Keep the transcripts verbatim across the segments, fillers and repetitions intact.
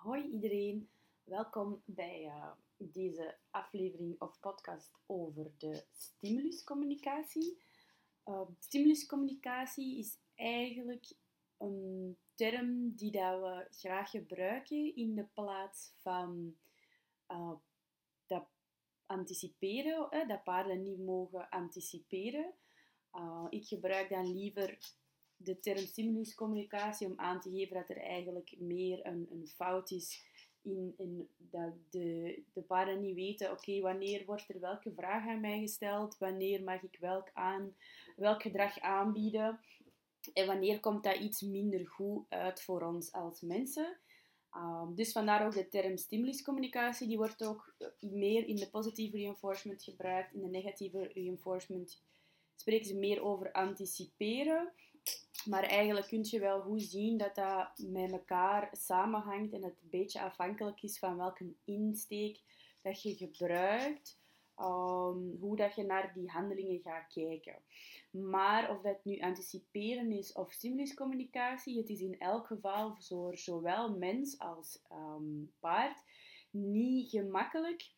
Hoi iedereen, welkom bij uh, deze aflevering of podcast over de stimuluscommunicatie. Uh, stimuluscommunicatie is eigenlijk een term die dat we graag gebruiken in de plaats van uh, dat anticiperen, hè, dat paarden niet mogen anticiperen. Uh, ik gebruik dan liever de term stimuluscommunicatie om aan te geven dat er eigenlijk meer een, een fout is in, in dat de, de paarden niet weten, oké, okay, wanneer wordt er welke vraag aan mij gesteld, wanneer mag ik welk, aan, welk gedrag aanbieden en wanneer komt dat iets minder goed uit voor ons als mensen. Um, dus vandaar ook de term stimuluscommunicatie, die wordt ook meer in de positieve reinforcement gebruikt, in de negatieve reinforcement spreken ze meer over anticiperen. Maar eigenlijk kun je wel goed zien dat dat met elkaar samenhangt en het een beetje afhankelijk is van welke insteek dat je gebruikt, um, hoe dat je naar die handelingen gaat kijken. Maar of dat nu anticiperen is of stimuluscommunicatie, het is in elk geval voor zowel mens als um, paard niet gemakkelijk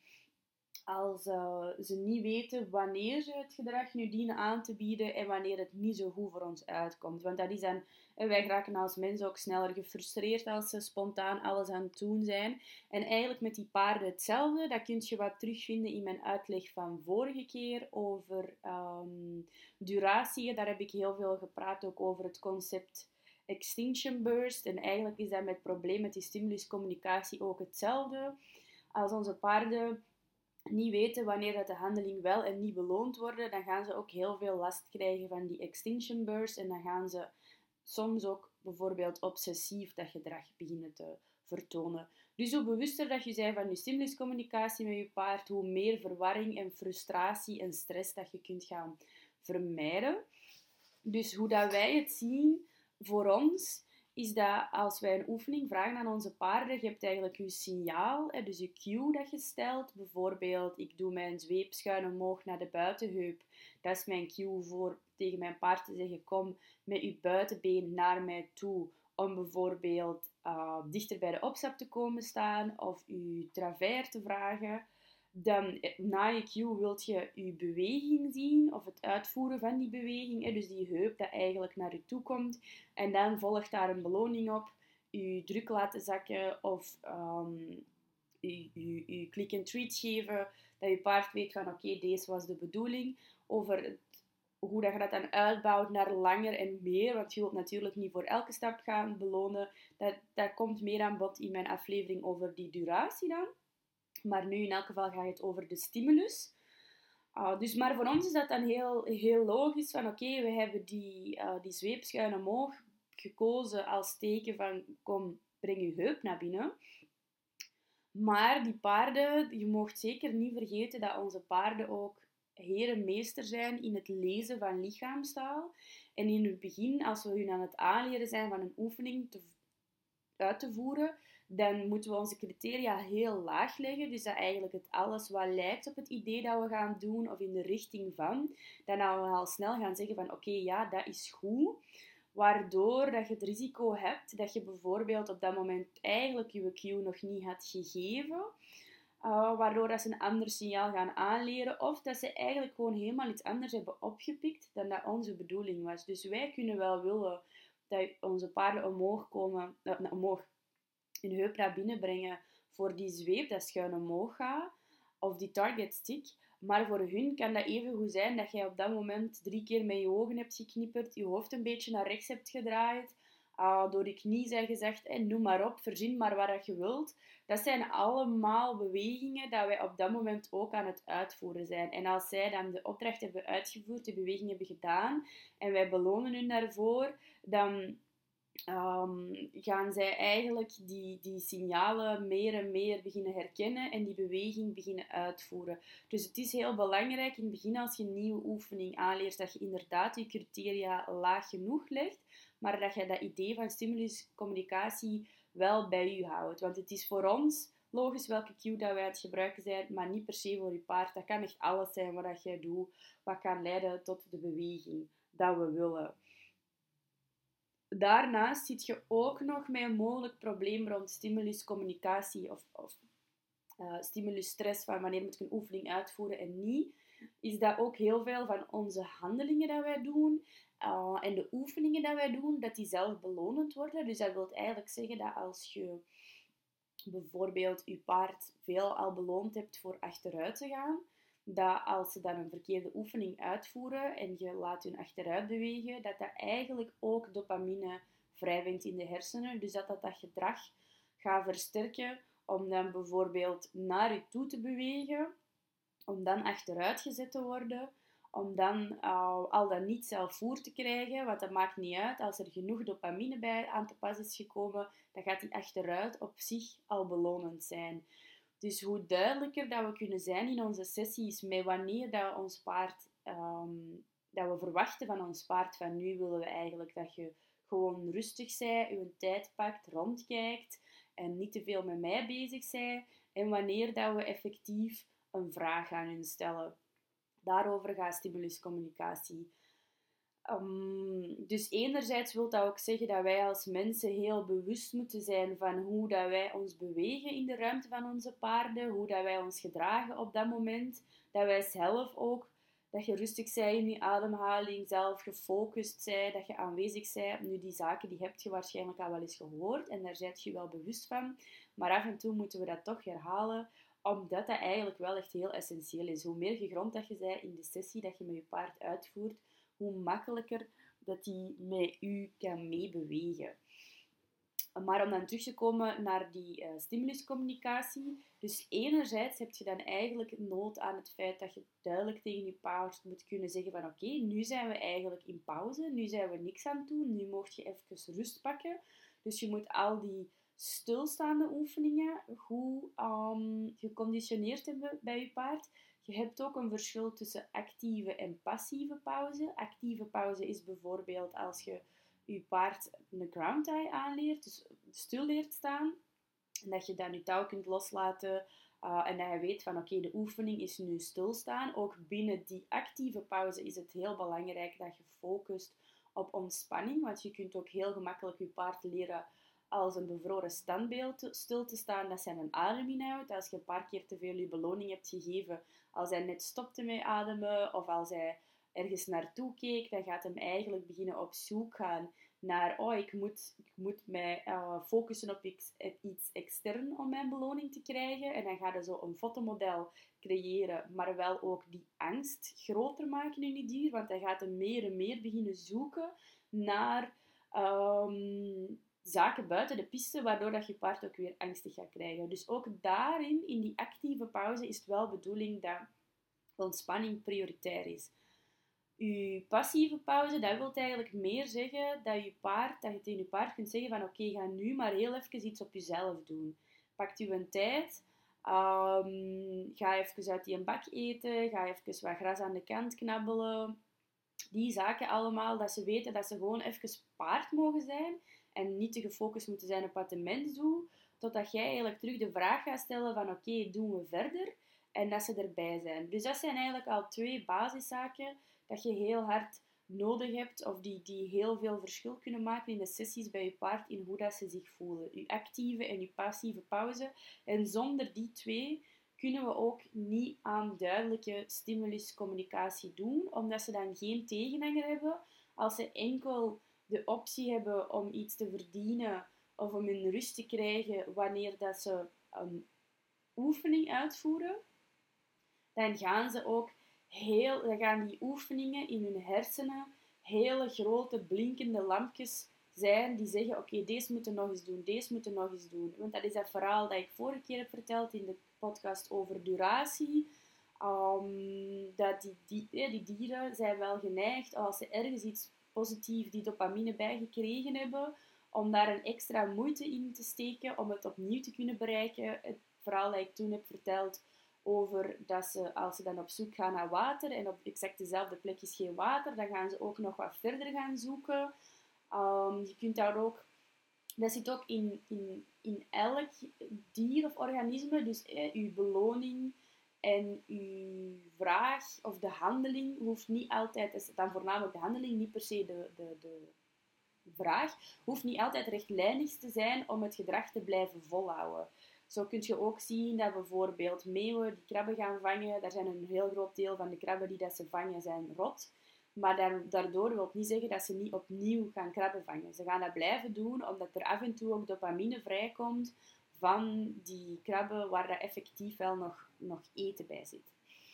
als uh, ze niet weten wanneer ze het gedrag nu dienen aan te bieden en wanneer het niet zo goed voor ons uitkomt. Want dat is dan, wij raken als mensen ook sneller gefrustreerd als ze spontaan alles aan het doen zijn. En eigenlijk met die paarden hetzelfde, dat kun je wat terugvinden in mijn uitleg van vorige keer over um, duratie. Daar heb ik heel veel gepraat ook over het concept extinction burst. En eigenlijk is dat met het probleem met die stimuluscommunicatie ook hetzelfde. Als onze paarden niet weten wanneer dat de handeling wel en niet beloond worden, dan gaan ze ook heel veel last krijgen van die extinction burst en dan gaan ze soms ook bijvoorbeeld obsessief dat gedrag beginnen te vertonen. Dus hoe bewuster dat je bent van je stimuluscommunicatie met je paard, hoe meer verwarring en frustratie en stress dat je kunt gaan vermijden. Dus hoe dat wij het zien voor ons, is dat als wij een oefening vragen aan onze paarden, je hebt eigenlijk je signaal, dus je cue dat je stelt. Bijvoorbeeld, ik doe mijn zweep schuin omhoog naar de buitenheup. Dat is mijn cue voor tegen mijn paard te zeggen, kom met je buitenbeen naar mij toe. Om bijvoorbeeld uh, dichter bij de opstap te komen staan of je travers te vragen. Dan na je cue wilt je je beweging zien of het uitvoeren van die beweging, hè, dus die heup dat eigenlijk naar je toe komt. En dan volgt daar een beloning op, je druk laten zakken of um, je, je, je click and treat geven, dat je paard weet van oké, okay, deze was de bedoeling. Over het, hoe dat je dat dan uitbouwt naar langer en meer, want je wilt natuurlijk niet voor elke stap gaan belonen. Dat, dat komt meer aan bod in mijn aflevering over die duratie dan. Maar nu in elk geval gaat het over de stimulus. Uh, dus, maar voor ons is dat dan heel, heel logisch van oké, okay, we hebben die, uh, die zweep schuin omhoog gekozen als teken van kom, breng je heup naar binnen. Maar die paarden, je mag zeker niet vergeten dat onze paarden ook heer en meester zijn in het lezen van lichaamstaal. En in het begin, als we hun aan het aanleren zijn van een oefening te, uit te voeren, dan moeten we onze criteria heel laag leggen. Dus dat eigenlijk het alles wat lijkt op het idee dat we gaan doen of in de richting van, dan we al snel gaan zeggen van oké, okay, ja, dat is goed. Waardoor dat je het risico hebt dat je bijvoorbeeld op dat moment eigenlijk je cue nog niet had gegeven. Uh, waardoor dat ze een ander signaal gaan aanleren. Of dat ze eigenlijk gewoon helemaal iets anders hebben opgepikt dan dat onze bedoeling was. Dus wij kunnen wel willen dat onze paarden omhoog komen, uh, omhoog hun heup naar binnen brengen voor die zweep dat schuin omhoog gaat, of die target stick. Maar voor hun kan dat even goed zijn dat jij op dat moment drie keer met je ogen hebt geknipperd, je hoofd een beetje naar rechts hebt gedraaid, uh, door je knie zijn gezegd, eh, noem maar op, verzin maar wat je wilt. Dat zijn allemaal bewegingen dat wij op dat moment ook aan het uitvoeren zijn. En als zij dan de opdracht hebben uitgevoerd, de beweging hebben gedaan, en wij belonen hun daarvoor, dan Um, gaan zij eigenlijk die, die signalen meer en meer beginnen herkennen en die beweging beginnen uitvoeren. Dus het is heel belangrijk in het begin als je een nieuwe oefening aanleert dat je inderdaad je criteria laag genoeg legt, maar dat je dat idee van stimuluscommunicatie wel bij je houdt. Want het is voor ons logisch welke cue dat wij aan het gebruiken zijn, maar niet per se voor je paard. Dat kan echt alles zijn wat jij doet, wat kan leiden tot de beweging dat we willen. Daarnaast zit je ook nog met een mogelijk probleem rond stimuluscommunicatie of, of uh, stimulusstress, van wanneer moet ik een oefening uitvoeren en niet, is dat ook heel veel van onze handelingen dat wij doen uh, en de oefeningen dat wij doen, dat die zelf belonend worden. Dus dat wil eigenlijk zeggen dat als je bijvoorbeeld je paard veel al beloond hebt voor achteruit te gaan, dat als ze dan een verkeerde oefening uitvoeren en je laat hun achteruit bewegen, dat dat eigenlijk ook dopamine vrijbrengt in de hersenen. Dus dat dat, dat gedrag gaat versterken om dan bijvoorbeeld naar je toe te bewegen, om dan achteruit gezet te worden, om dan uh, al dan niet zelf voer te krijgen, want dat maakt niet uit. Als er genoeg dopamine bij aan te pas is gekomen, dan gaat die achteruit op zich al belonend zijn. Dus hoe duidelijker dat we kunnen zijn in onze sessies met wanneer dat we ons paard, um, dat we verwachten van ons paard, van nu willen we eigenlijk dat je gewoon rustig bent, je tijd pakt, rondkijkt en niet te veel met mij bezig bent. En wanneer dat we effectief een vraag gaan hun stellen. Daarover gaat stimuluscommunicatie. Um, dus enerzijds wil dat ook zeggen dat wij als mensen heel bewust moeten zijn van hoe dat wij ons bewegen in de ruimte van onze paarden, hoe dat wij ons gedragen op dat moment, dat wij zelf ook, dat je rustig bent in je ademhaling, zelf gefocust bent, dat je aanwezig bent. Nu, die zaken die heb je waarschijnlijk al wel eens gehoord en daar zijt je wel bewust van, maar af en toe moeten we dat toch herhalen, omdat dat eigenlijk wel echt heel essentieel is. Hoe meer gegrond dat je bent in de sessie dat je met je paard uitvoert, hoe makkelijker dat die met u kan meebewegen. Maar om dan terug te komen naar die uh, stimuluscommunicatie. Dus enerzijds heb je dan eigenlijk nood aan het feit dat je duidelijk tegen je paard moet kunnen zeggen van oké, okay, nu zijn we eigenlijk in pauze, nu zijn we niks aan het doen, nu mocht je even rust pakken. Dus je moet al die stilstaande oefeningen goed um, geconditioneerd hebben bij je paard. Je hebt ook een verschil tussen actieve en passieve pauze. Actieve pauze is bijvoorbeeld als je je paard een ground tie aanleert, dus stil leert staan. En dat je dan je touw kunt loslaten uh, en dat je weet van oké, okay, de oefening is nu stilstaan. Ook binnen die actieve pauze is het heel belangrijk dat je focust op ontspanning, want je kunt ook heel gemakkelijk je paard leren als een bevroren standbeeld stil te staan, dat zijn een adem inhoudt. Als je een paar keer te veel je beloning hebt gegeven, als hij net stopte met ademen of als hij ergens naartoe keek, dan gaat hem eigenlijk beginnen op zoek gaan naar, oh, ik moet, ik moet mij uh, focussen op iets, iets extern om mijn beloning te krijgen. En dan gaat hij zo een fotomodel creëren, maar wel ook die angst groter maken in je dier, want hij gaat hem meer en meer beginnen zoeken naar um, zaken buiten de piste, waardoor dat je paard ook weer angstig gaat krijgen. Dus ook daarin, in die actieve pauze, is het wel de bedoeling dat ontspanning prioritair is. Je passieve pauze, dat wil eigenlijk meer zeggen dat je paard, dat je tegen je paard kunt zeggen van oké, okay, ga nu maar heel even iets op jezelf doen. Pakt u een tijd, um, ga even uit die bak eten, ga even wat gras aan de kant knabbelen. Die zaken allemaal, dat ze weten dat ze gewoon even paard mogen zijn en niet te gefocust moeten zijn op wat de mens doet, totdat jij eigenlijk terug de vraag gaat stellen van oké, okay, doen we verder? En dat ze erbij zijn. Dus dat zijn eigenlijk al twee basiszaken dat je heel hard nodig hebt, of die, die heel veel verschil kunnen maken in de sessies bij je paard, in hoe dat ze zich voelen. Je actieve en je passieve pauze. En zonder die twee kunnen we ook niet aan duidelijke stimuluscommunicatie doen, omdat ze dan geen tegenhanger hebben. Als ze enkel de optie hebben om iets te verdienen of om hun rust te krijgen wanneer dat ze een oefening uitvoeren, dan gaan ze ook heel, dan gaan die oefeningen in hun hersenen hele grote blinkende lampjes zijn die zeggen, oké, okay, deze moeten nog eens doen, deze moeten nog eens doen. Want dat is dat verhaal dat ik vorige keer heb verteld in de podcast over duratie. Um, dat die, die, die dieren zijn wel geneigd, als ze ergens iets positief, die dopamine bijgekregen hebben, om daar een extra moeite in te steken, om het opnieuw te kunnen bereiken. Het verhaal dat ik toen heb verteld over dat ze, als ze dan op zoek gaan naar water en op exact dezelfde plek is geen water, dan gaan ze ook nog wat verder gaan zoeken. Um, je kunt daar ook, dat zit ook in, in, in elk dier of organisme, dus eh, uw beloning en uw vraag of de handeling hoeft niet altijd, is dan voornamelijk de handeling, niet per se de, de, de, vraag hoeft niet altijd rechtlijnig te zijn om het gedrag te blijven volhouden. Zo kun je ook zien dat bijvoorbeeld meeuwen die krabben gaan vangen, daar zijn een heel groot deel van de krabben die dat ze vangen zijn rot. Maar daardoor wil het niet zeggen dat ze niet opnieuw gaan krabben vangen. Ze gaan dat blijven doen, omdat er af en toe ook dopamine vrijkomt van die krabben waar dat effectief wel nog, nog eten bij zit.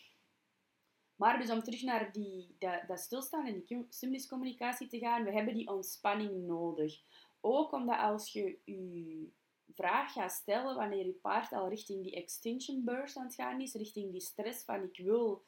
Maar dus om terug naar die, dat, dat stilstaan en die stimuluscommunicatie te gaan, we hebben die ontspanning nodig. Ook omdat als je je vraag gaat stellen wanneer je paard al richting die extinction burst aan het gaan is, richting die stress van ik wil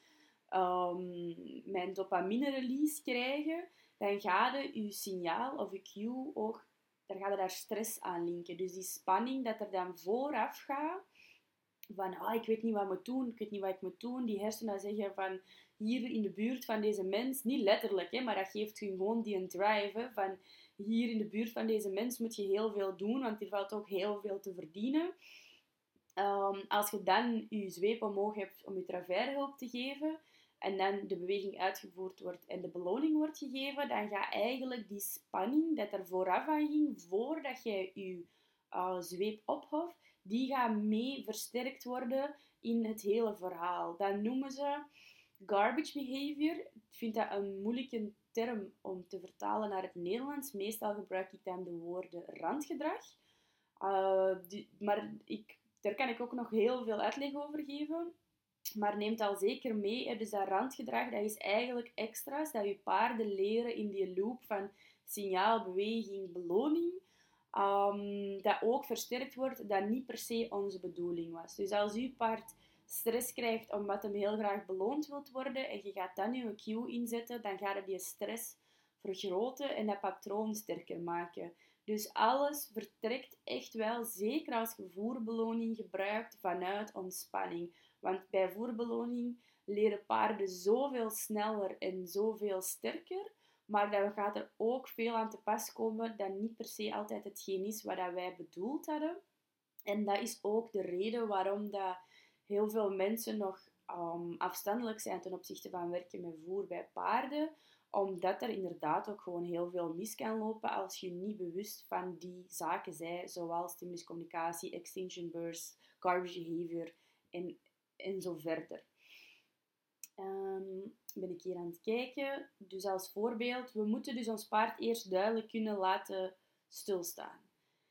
um, mijn dopamine release krijgen, dan ga je je signaal of je cue ook, daar ga je daar stress aan linken. Dus die spanning dat er dan vooraf gaat, van ah, ik weet niet wat ik moet doen, ik weet niet wat ik moet doen. Die hersenen zeggen van hier in de buurt van deze mens, niet letterlijk, hè, maar dat geeft je gewoon die drive, hè, van hier in de buurt van deze mens moet je heel veel doen, want er valt ook heel veel te verdienen. Um, als je dan je zweep omhoog hebt om je travers te geven en dan de beweging uitgevoerd wordt en de beloning wordt gegeven, dan gaat eigenlijk die spanning dat er vooraf aan ging, voordat je je uh, zweep opheft, die gaat mee versterkt worden in het hele verhaal. Dat noemen ze garbage behavior. Ik vind dat een moeilijke term om te vertalen naar het Nederlands. Meestal gebruik ik dan de woorden randgedrag. Uh, die, maar ik, daar kan ik ook nog heel veel uitleg over geven. Maar neem het al zeker mee. Hè. Dus dat randgedrag, dat is eigenlijk extra's dat je paarden leren in die loop van signaal, beweging, beloning. Um, dat ook versterkt wordt, dat niet per se onze bedoeling was. Dus als uw paard stress krijgt omdat hem heel graag beloond wilt worden en je gaat dan je cue inzetten, dan gaat het die stress vergroten en dat patroon sterker maken. Dus alles vertrekt echt wel, zeker als je voerbeloning gebruikt, vanuit ontspanning. Want bij voerbeloning leren paarden zoveel sneller en zoveel sterker, maar dan gaat er ook veel aan te pas komen dat niet per se altijd hetgeen is wat wij bedoeld hadden. En dat is ook de reden waarom dat heel veel mensen nog um, afstandelijk zijn ten opzichte van werken met voer bij paarden. Omdat er inderdaad ook gewoon heel veel mis kan lopen als je niet bewust van die zaken bent, zoals stimuluscommunicatie, extinction burst, garbage behavior en, en zo verder. Um, ben ik hier aan het kijken. Dus als voorbeeld, we moeten dus ons paard eerst duidelijk kunnen laten stilstaan.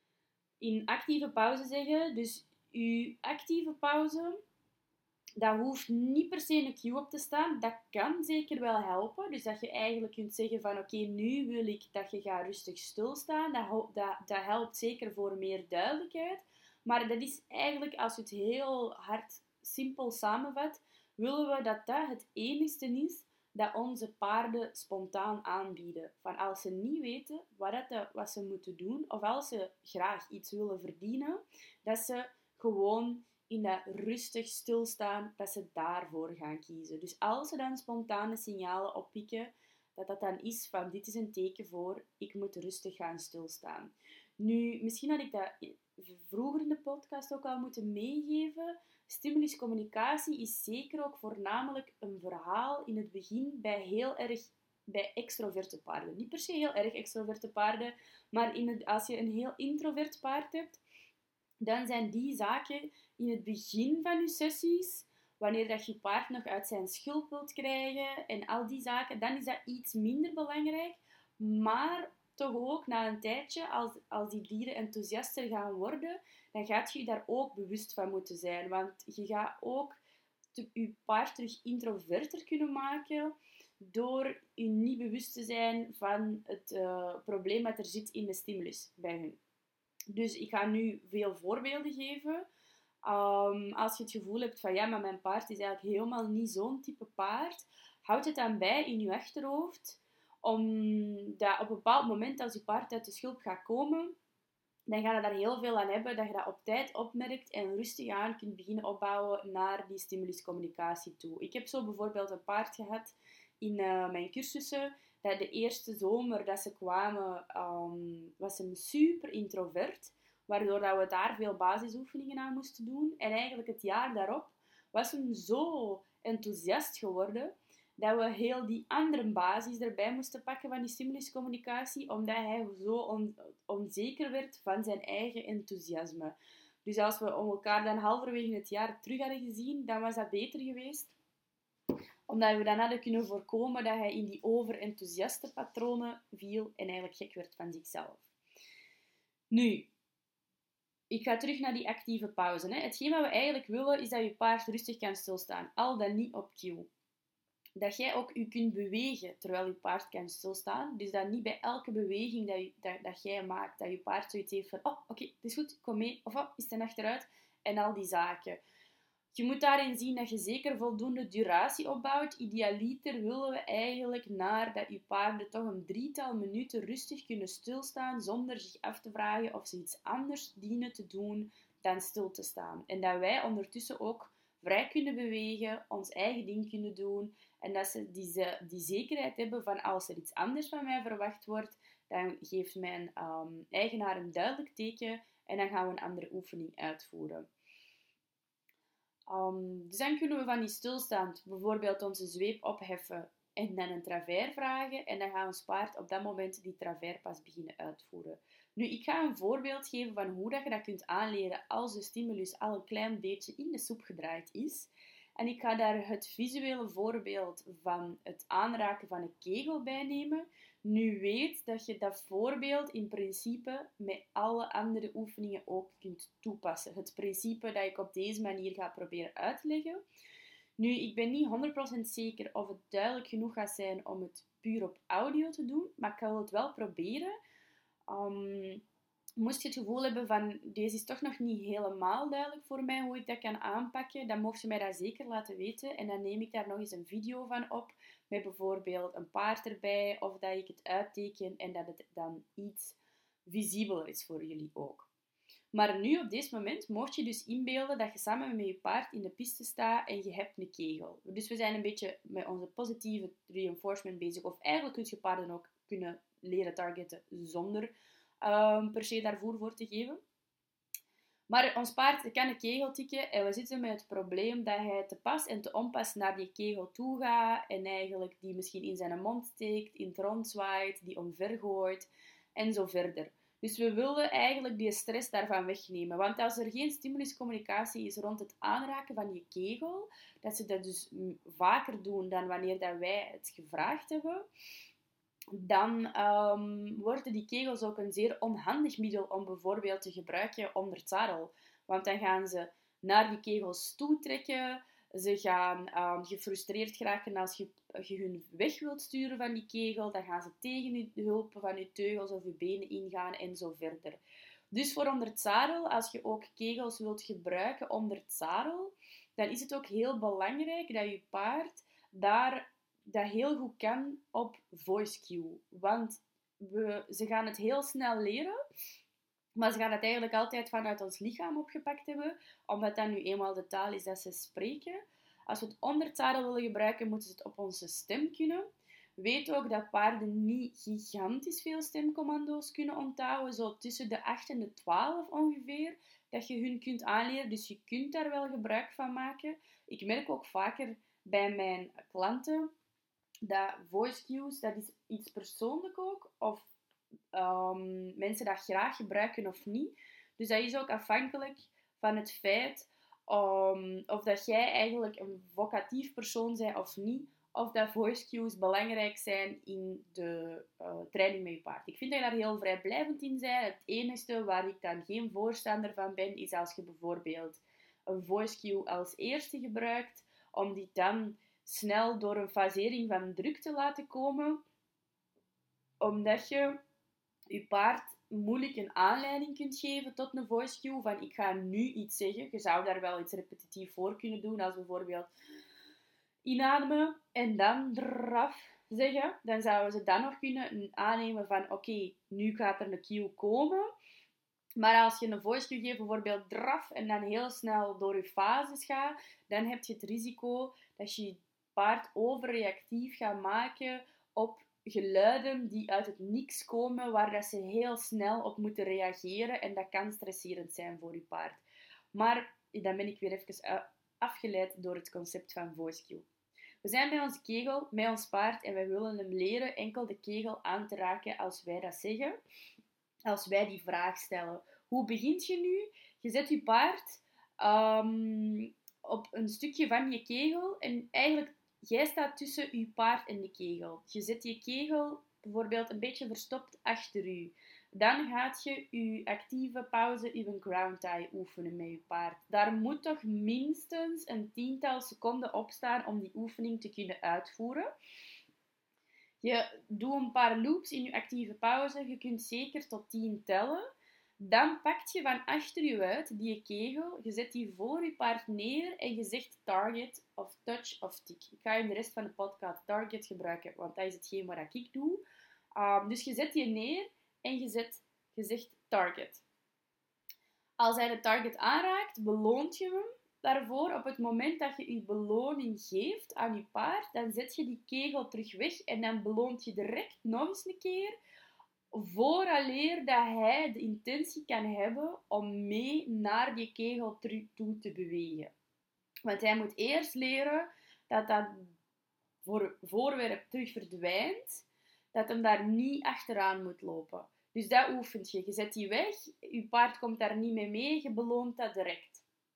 In actieve pauze zeggen, dus uw actieve pauze, dat hoeft niet per se een cue op te staan. Dat kan zeker wel helpen. Dus dat je eigenlijk kunt zeggen van oké, okay, nu wil ik dat je gaat rustig stilstaan. Dat, dat, dat helpt zeker voor meer duidelijkheid. Maar dat is eigenlijk, als je het heel hard simpel samenvat, willen we dat dat het enigste is dat onze paarden spontaan aanbieden. Van als ze niet weten wat, dat, wat ze moeten doen, of als ze graag iets willen verdienen, dat ze gewoon in dat rustig stilstaan, dat ze daarvoor gaan kiezen. Dus als ze dan spontane signalen oppikken, dat dat dan is van dit is een teken voor, ik moet rustig gaan stilstaan. Nu, misschien had ik dat vroeger in de podcast ook al moeten meegeven. Stimuluscommunicatie is zeker ook voornamelijk een verhaal in het begin bij heel erg bij extroverte paarden. Niet per se heel erg extroverte paarden, maar in het, als je een heel introvert paard hebt, dan zijn die zaken in het begin van je sessies, wanneer dat je paard nog uit zijn schulp wilt krijgen en al die zaken, dan is dat iets minder belangrijk. Maar toch ook na een tijdje, als, als die dieren enthousiaster gaan worden, dan gaat je daar ook bewust van moeten zijn. Want je gaat ook te, je paard terug introverter kunnen maken door je niet bewust te zijn van het uh, probleem dat er zit in de stimulus bij hun. Dus ik ga nu veel voorbeelden geven. Um, als je het gevoel hebt van ja, maar mijn paard is eigenlijk helemaal niet zo'n type paard, houd het dan bij in je achterhoofd, omdat op een bepaald moment als je paard uit de schulp gaat komen, dan ga je daar heel veel aan hebben, dat je dat op tijd opmerkt en rustig aan kunt beginnen opbouwen naar die stimuluscommunicatie toe. Ik heb zo bijvoorbeeld een paard gehad in uh, mijn cursussen, dat de eerste zomer dat ze kwamen, um, was hem super introvert, waardoor dat we daar veel basisoefeningen aan moesten doen. En eigenlijk het jaar daarop was hem zo enthousiast geworden, dat we heel die andere basis erbij moesten pakken van die stimuluscommunicatie, omdat hij zo on, onzeker werd van zijn eigen enthousiasme. Dus als we om elkaar dan halverwege het jaar terug hadden gezien, dan was dat beter geweest. Omdat we dan hadden kunnen voorkomen dat hij in die overenthousiaste patronen viel en eigenlijk gek werd van zichzelf. Nu, ik ga terug naar die actieve pauze. Hè. Hetgeen wat we eigenlijk willen, is dat je paard rustig kan stilstaan. Al dan niet op cue. Dat jij ook je kunt bewegen terwijl je paard kan stilstaan. Dus dat niet bij elke beweging dat, je, dat, dat jij maakt, dat je paard zoiets heeft van, oh, oké, okay, het is goed, kom mee. Of, oh, is ten achteruit? En al die zaken. Je moet daarin zien dat je zeker voldoende duratie opbouwt. Idealiter willen we eigenlijk naar dat je paarden toch een drietal minuten rustig kunnen stilstaan zonder zich af te vragen of ze iets anders dienen te doen dan stil te staan. En dat wij ondertussen ook vrij kunnen bewegen, ons eigen ding kunnen doen en dat ze die, die zekerheid hebben van als er iets anders van mij verwacht wordt, dan geeft mijn um, eigenaar een duidelijk teken en dan gaan we een andere oefening uitvoeren. Um, dus dan kunnen we van die stilstand bijvoorbeeld onze zweep opheffen en dan een travers vragen. En dan gaat ons paard op dat moment die travers pas beginnen uitvoeren. Nu, ik ga een voorbeeld geven van hoe dat je dat kunt aanleren als de stimulus al een klein beetje in de soep gedraaid is. En ik ga daar het visuele voorbeeld van het aanraken van een kegel bij nemen. Nu weet dat je dat voorbeeld in principe met alle andere oefeningen ook kunt toepassen. Het principe dat ik op deze manier ga proberen uit te leggen. Nu, ik ben niet honderd procent zeker of het duidelijk genoeg gaat zijn om het puur op audio te doen, maar ik wil het wel proberen. Um, moest je het gevoel hebben van, deze is toch nog niet helemaal duidelijk voor mij hoe ik dat kan aanpakken, dan mocht je mij dat zeker laten weten. En dan neem ik daar nog eens een video van op, met bijvoorbeeld een paard erbij, of dat ik het uitteken en dat het dan iets visibeler is voor jullie ook. Maar nu, op dit moment, mocht je dus inbeelden dat je samen met je paard in de piste staat en je hebt een kegel. Dus we zijn een beetje met onze positieve reinforcement bezig. Of eigenlijk kun je paarden ook kunnen leren targeten zonder um, per se daarvoor voor te geven. Maar ons paard kan een kegel tikken en we zitten met het probleem dat hij te pas en te onpas naar die kegel toe gaat en eigenlijk die misschien in zijn mond steekt, in het rond zwaait, die omvergooit en zo verder. Dus we willen eigenlijk die stress daarvan wegnemen. Want als er geen stimuluscommunicatie is rond het aanraken van die kegel, dat ze dat dus vaker doen dan wanneer dat wij het gevraagd hebben, dan um, worden die kegels ook een zeer onhandig middel om bijvoorbeeld te gebruiken onder het zadel. Want dan gaan ze naar die kegels toetrekken. Ze gaan um, gefrustreerd geraken als je, je hun weg wilt sturen van die kegel. Dan gaan ze tegen de hulp van je teugels of je benen ingaan en zo verder. Dus voor onder het zadel, als je ook kegels wilt gebruiken onder het zadel, dan is het ook heel belangrijk dat je paard daar dat heel goed kan op voice cue. Want we, ze gaan het heel snel leren, maar ze gaan het eigenlijk altijd vanuit ons lichaam opgepakt hebben, omdat dat nu eenmaal de taal is dat ze spreken. Als we het onder het zadel willen gebruiken, moeten ze het op onze stem kunnen. Weet ook dat paarden niet gigantisch veel stemcommando's kunnen onthouden, zo tussen de acht en de twaalf ongeveer, dat je hun kunt aanleren. Dus je kunt daar wel gebruik van maken. Ik merk ook vaker bij mijn klanten dat voice cues, dat is iets persoonlijk ook, of um, mensen dat graag gebruiken of niet. Dus dat is ook afhankelijk van het feit um, of dat jij eigenlijk een vocatief persoon bent of niet, of dat voice cues belangrijk zijn in de uh, training met je paard. Ik vind dat je daar heel vrijblijvend in bent. Het enige waar ik dan geen voorstander van ben, is als je bijvoorbeeld een voice cue als eerste gebruikt, om die dan snel door een fasering van druk te laten komen, omdat je je paard moeilijk een aanleiding kunt geven tot een voice cue van ik ga nu iets zeggen. Je zou daar wel iets repetitief voor kunnen doen, als bijvoorbeeld inademen en dan draf zeggen. Dan zouden ze dan nog kunnen aannemen van oké, okay, nu gaat er een cue komen. Maar als je een voice cue geeft, bijvoorbeeld draf, en dan heel snel door je fases gaat, dan heb je het risico dat je je paard overreactief gaat maken op geluiden die uit het niks komen, waar dat ze heel snel op moeten reageren. En dat kan stresserend zijn voor je paard. Maar dan ben ik weer even afgeleid door het concept van voice cue. We zijn bij onze kegel, met ons paard, en wij willen hem leren enkel de kegel aan te raken als wij dat zeggen. Als wij die vraag stellen. Hoe begint je nu? Je zet je paard um, op een stukje van je kegel en eigenlijk, jij staat tussen je paard en de kegel. Je zet je kegel bijvoorbeeld een beetje verstopt achter u. Dan gaat je je actieve pauze, je ground tie oefenen met je paard. Daar moet toch minstens een tiental seconden op staan om die oefening te kunnen uitvoeren. Je doet een paar loops in je actieve pauze. Je kunt zeker tot tien tellen. Dan pak je van achter je uit die kegel. Je zet die voor je paard neer en je zegt target of touch of tick. Ik ga in de rest van de podcast target gebruiken, want dat is hetgeen wat ik doe. Um, dus je zet die neer en je, zet, je zegt target. Als hij de target aanraakt, beloont je hem. Daarvoor, op het moment dat je je beloning geeft aan je paard, dan zet je die kegel terug weg en dan beloont je direct nog eens een keer, vooraleer dat hij de intentie kan hebben om mee naar die kegel terug toe te bewegen. Want hij moet eerst leren dat dat voor voorwerp terug verdwijnt, dat hem daar niet achteraan moet lopen. Dus dat oefent je. Je zet die weg, je paard komt daar niet mee mee, je beloont dat direct.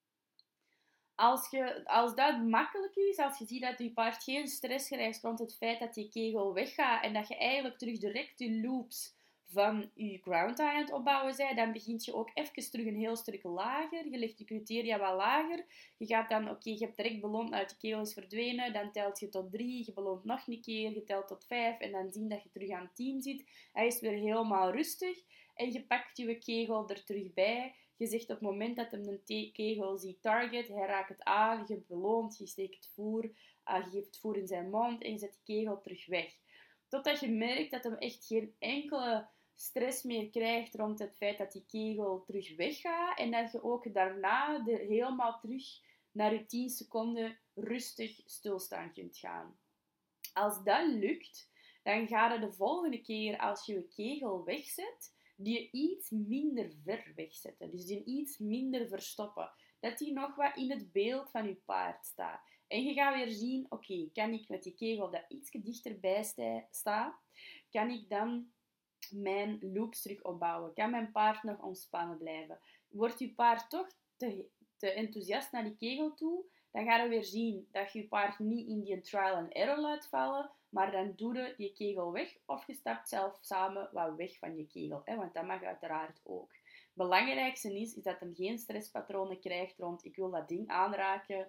Als, je, als dat makkelijk is, als je ziet dat je paard geen stress krijgt rond het feit dat die kegel weggaat en dat je eigenlijk terug direct die loops van je ground tie aan het opbouwen bent, dan begint je ook even terug een heel stuk lager. Je legt je criteria wat lager. Je gaat dan, oké, okay, je hebt direct beloond dat je kegel is verdwenen, dan telt je tot drie, je beloont nog een keer, je telt tot vijf en dan zien dat je terug aan tien zit. Hij is weer helemaal rustig en je pakt je kegel er terug bij. Je zegt op het moment dat hem een kegel ziet target, hij raakt het aan, je beloont, je steekt het voer, uh, je geeft het voer in zijn mond en je zet die kegel terug weg. Totdat je merkt dat hem echt geen enkele stress meer krijgt rond het feit dat die kegel terug weggaat en dat je ook daarna de, helemaal terug naar je tien seconden rustig stilstaan kunt gaan. Als dat lukt, dan ga je de volgende keer als je je kegel wegzet, die iets minder ver wegzetten. Dus die iets minder verstoppen. Dat die nog wat in het beeld van je paard staat. En je gaat weer zien, oké, okay, kan ik met die kegel dat iets dichterbij sta, kan ik dan mijn loops terug opbouwen? Kan mijn paard nog ontspannen blijven? Wordt je paard toch te, te enthousiast naar die kegel toe, dan ga je weer zien dat je je paard niet in die trial and error laat vallen, maar dan doe je die kegel weg of je stapt zelf samen wat weg van je kegel. Hè? Want dat mag uiteraard ook. Het belangrijkste is, is dat hij geen stresspatronen krijgt rond ik wil dat ding aanraken,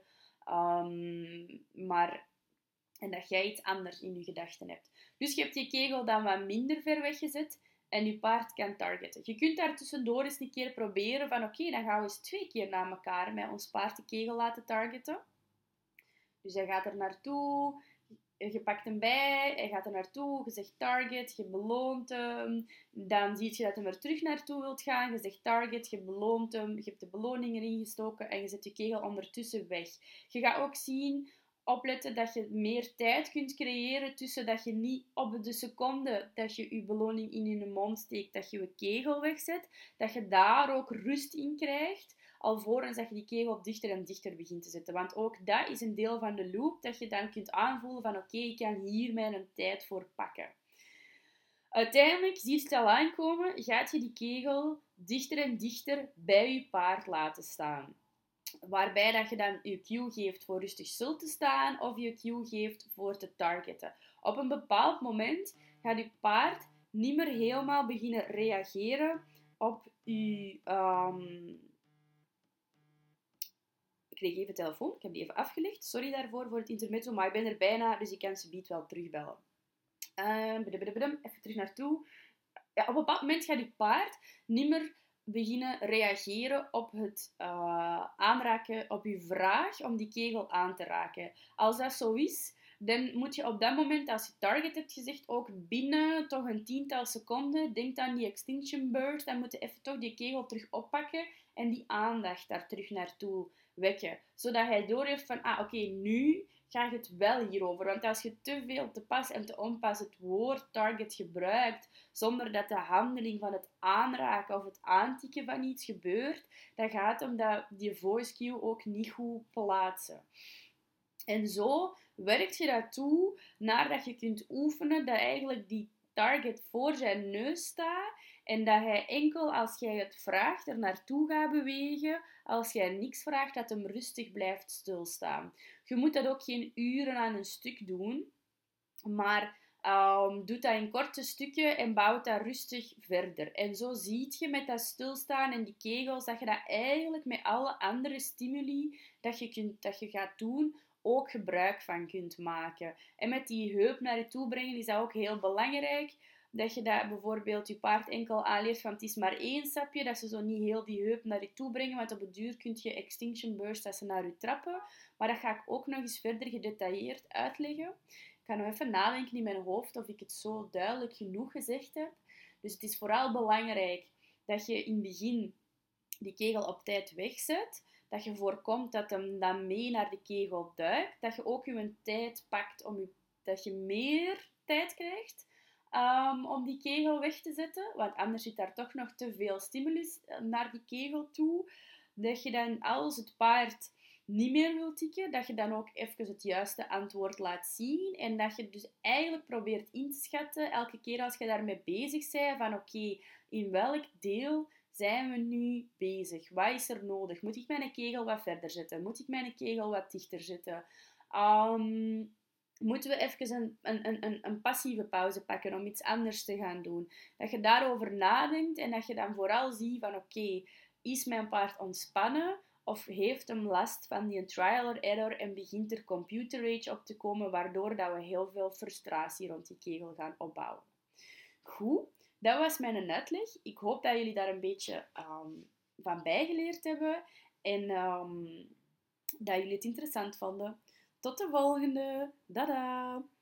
um, maar en dat jij iets anders in je gedachten hebt. Dus je hebt je kegel dan wat minder ver weggezet en je paard kan targeten. Je kunt daar tussendoor eens een keer proberen van oké, okay, dan gaan we eens twee keer na elkaar met ons paard de kegel laten targeten. Dus hij gaat er naartoe, je pakt hem bij, hij gaat er naartoe, je zegt target, je beloont hem. Dan zie je dat hij er terug naartoe wilt gaan, je zegt target, je beloont hem, je hebt de beloning erin gestoken en je zet je kegel ondertussen weg. Je gaat ook zien, opletten dat je meer tijd kunt creëren tussen dat je niet op de seconde dat je je beloning in je mond steekt, dat je je kegel wegzet, dat je daar ook rust in krijgt, alvorens dat je die kegel dichter en dichter begint te zetten. Want ook dat is een deel van de loop, dat je dan kunt aanvoelen van oké, okay, ik kan hier mijn tijd voor pakken. Uiteindelijk, zie je het al aankomen, gaat je die kegel dichter en dichter bij je paard laten staan. Waarbij dat je dan je cue geeft voor rustig stil te staan of je cue geeft voor te targeten. Op een bepaald moment gaat je paard niet meer helemaal beginnen reageren op je... Um... Ik kreeg even telefoon, ik heb die even afgelegd. Sorry daarvoor voor het intermezzo, maar ik ben er bijna, dus ik kan ze biedt wel terugbellen. Um, even terug naartoe. Ja, op een bepaald moment gaat je paard niet meer beginnen reageren op het uh, aanraken, op je vraag om die kegel aan te raken. Als dat zo is, dan moet je op dat moment, als je target hebt gezegd, ook binnen toch een tiental seconden, denk aan die extinction burst, dan moet je even toch die kegel terug oppakken en die aandacht daar terug naartoe wekken. Zodat hij doorheeft van, ah oké, okay, nu ga je het wel hierover. Want als je te veel te pas en te onpas het woord target gebruikt, zonder dat de handeling van het aanraken of het aantikken van iets gebeurt, dan gaat het om dat die voice cue ook niet goed plaatsen. En zo werkt je dat toe naar dat je kunt oefenen dat eigenlijk die target voor zijn neus staat en dat hij enkel als jij het vraagt er naartoe gaat bewegen, als jij niks vraagt dat hem rustig blijft stilstaan. Je moet dat ook geen uren aan een stuk doen, maar um, doe dat in korte stukken en bouw dat rustig verder. En zo zie je met dat stilstaan en die kegels dat je dat eigenlijk met alle andere stimuli dat je, kunt, dat je gaat doen ook gebruik van kunt maken. En met die heup naar je toe brengen is dat ook heel belangrijk. Dat je dat bijvoorbeeld je paard enkel aanleert van het is maar één stapje, dat ze zo niet heel die heup naar je toe brengen, want op het duur kun je extinction burst dat ze naar je trappen. Maar dat ga ik ook nog eens verder gedetailleerd uitleggen. Ik ga nog even nadenken in mijn hoofd of ik het zo duidelijk genoeg gezegd heb. Dus het is vooral belangrijk dat je in het begin die kegel op tijd wegzet. Dat je voorkomt dat hem dan mee naar de kegel duikt. Dat je ook je tijd pakt om je, dat je meer tijd krijgt um, om die kegel weg te zetten. Want anders zit daar toch nog te veel stimulus naar die kegel toe. Dat je dan, als het paard niet meer wilt tikken, dat je dan ook even het juiste antwoord laat zien. En dat je dus eigenlijk probeert in te schatten, elke keer als je daarmee bezig bent, van oké, okay, in welk deel zijn we nu bezig? Wat is er nodig? Moet ik mijn kegel wat verder zetten? Moet ik mijn kegel wat dichter zetten? Um, moeten we even een, een, een, een passieve pauze pakken om iets anders te gaan doen? Dat je daarover nadenkt en dat je dan vooral ziet van oké, okay, is mijn paard ontspannen? Of heeft hem last van die trial or error en begint er computer rage op te komen, waardoor dat we heel veel frustratie rond die kegel gaan opbouwen. Goed, dat was mijn uitleg. Ik hoop dat jullie daar een beetje um, van bijgeleerd hebben en um, dat jullie het interessant vonden. Tot de volgende. Dada!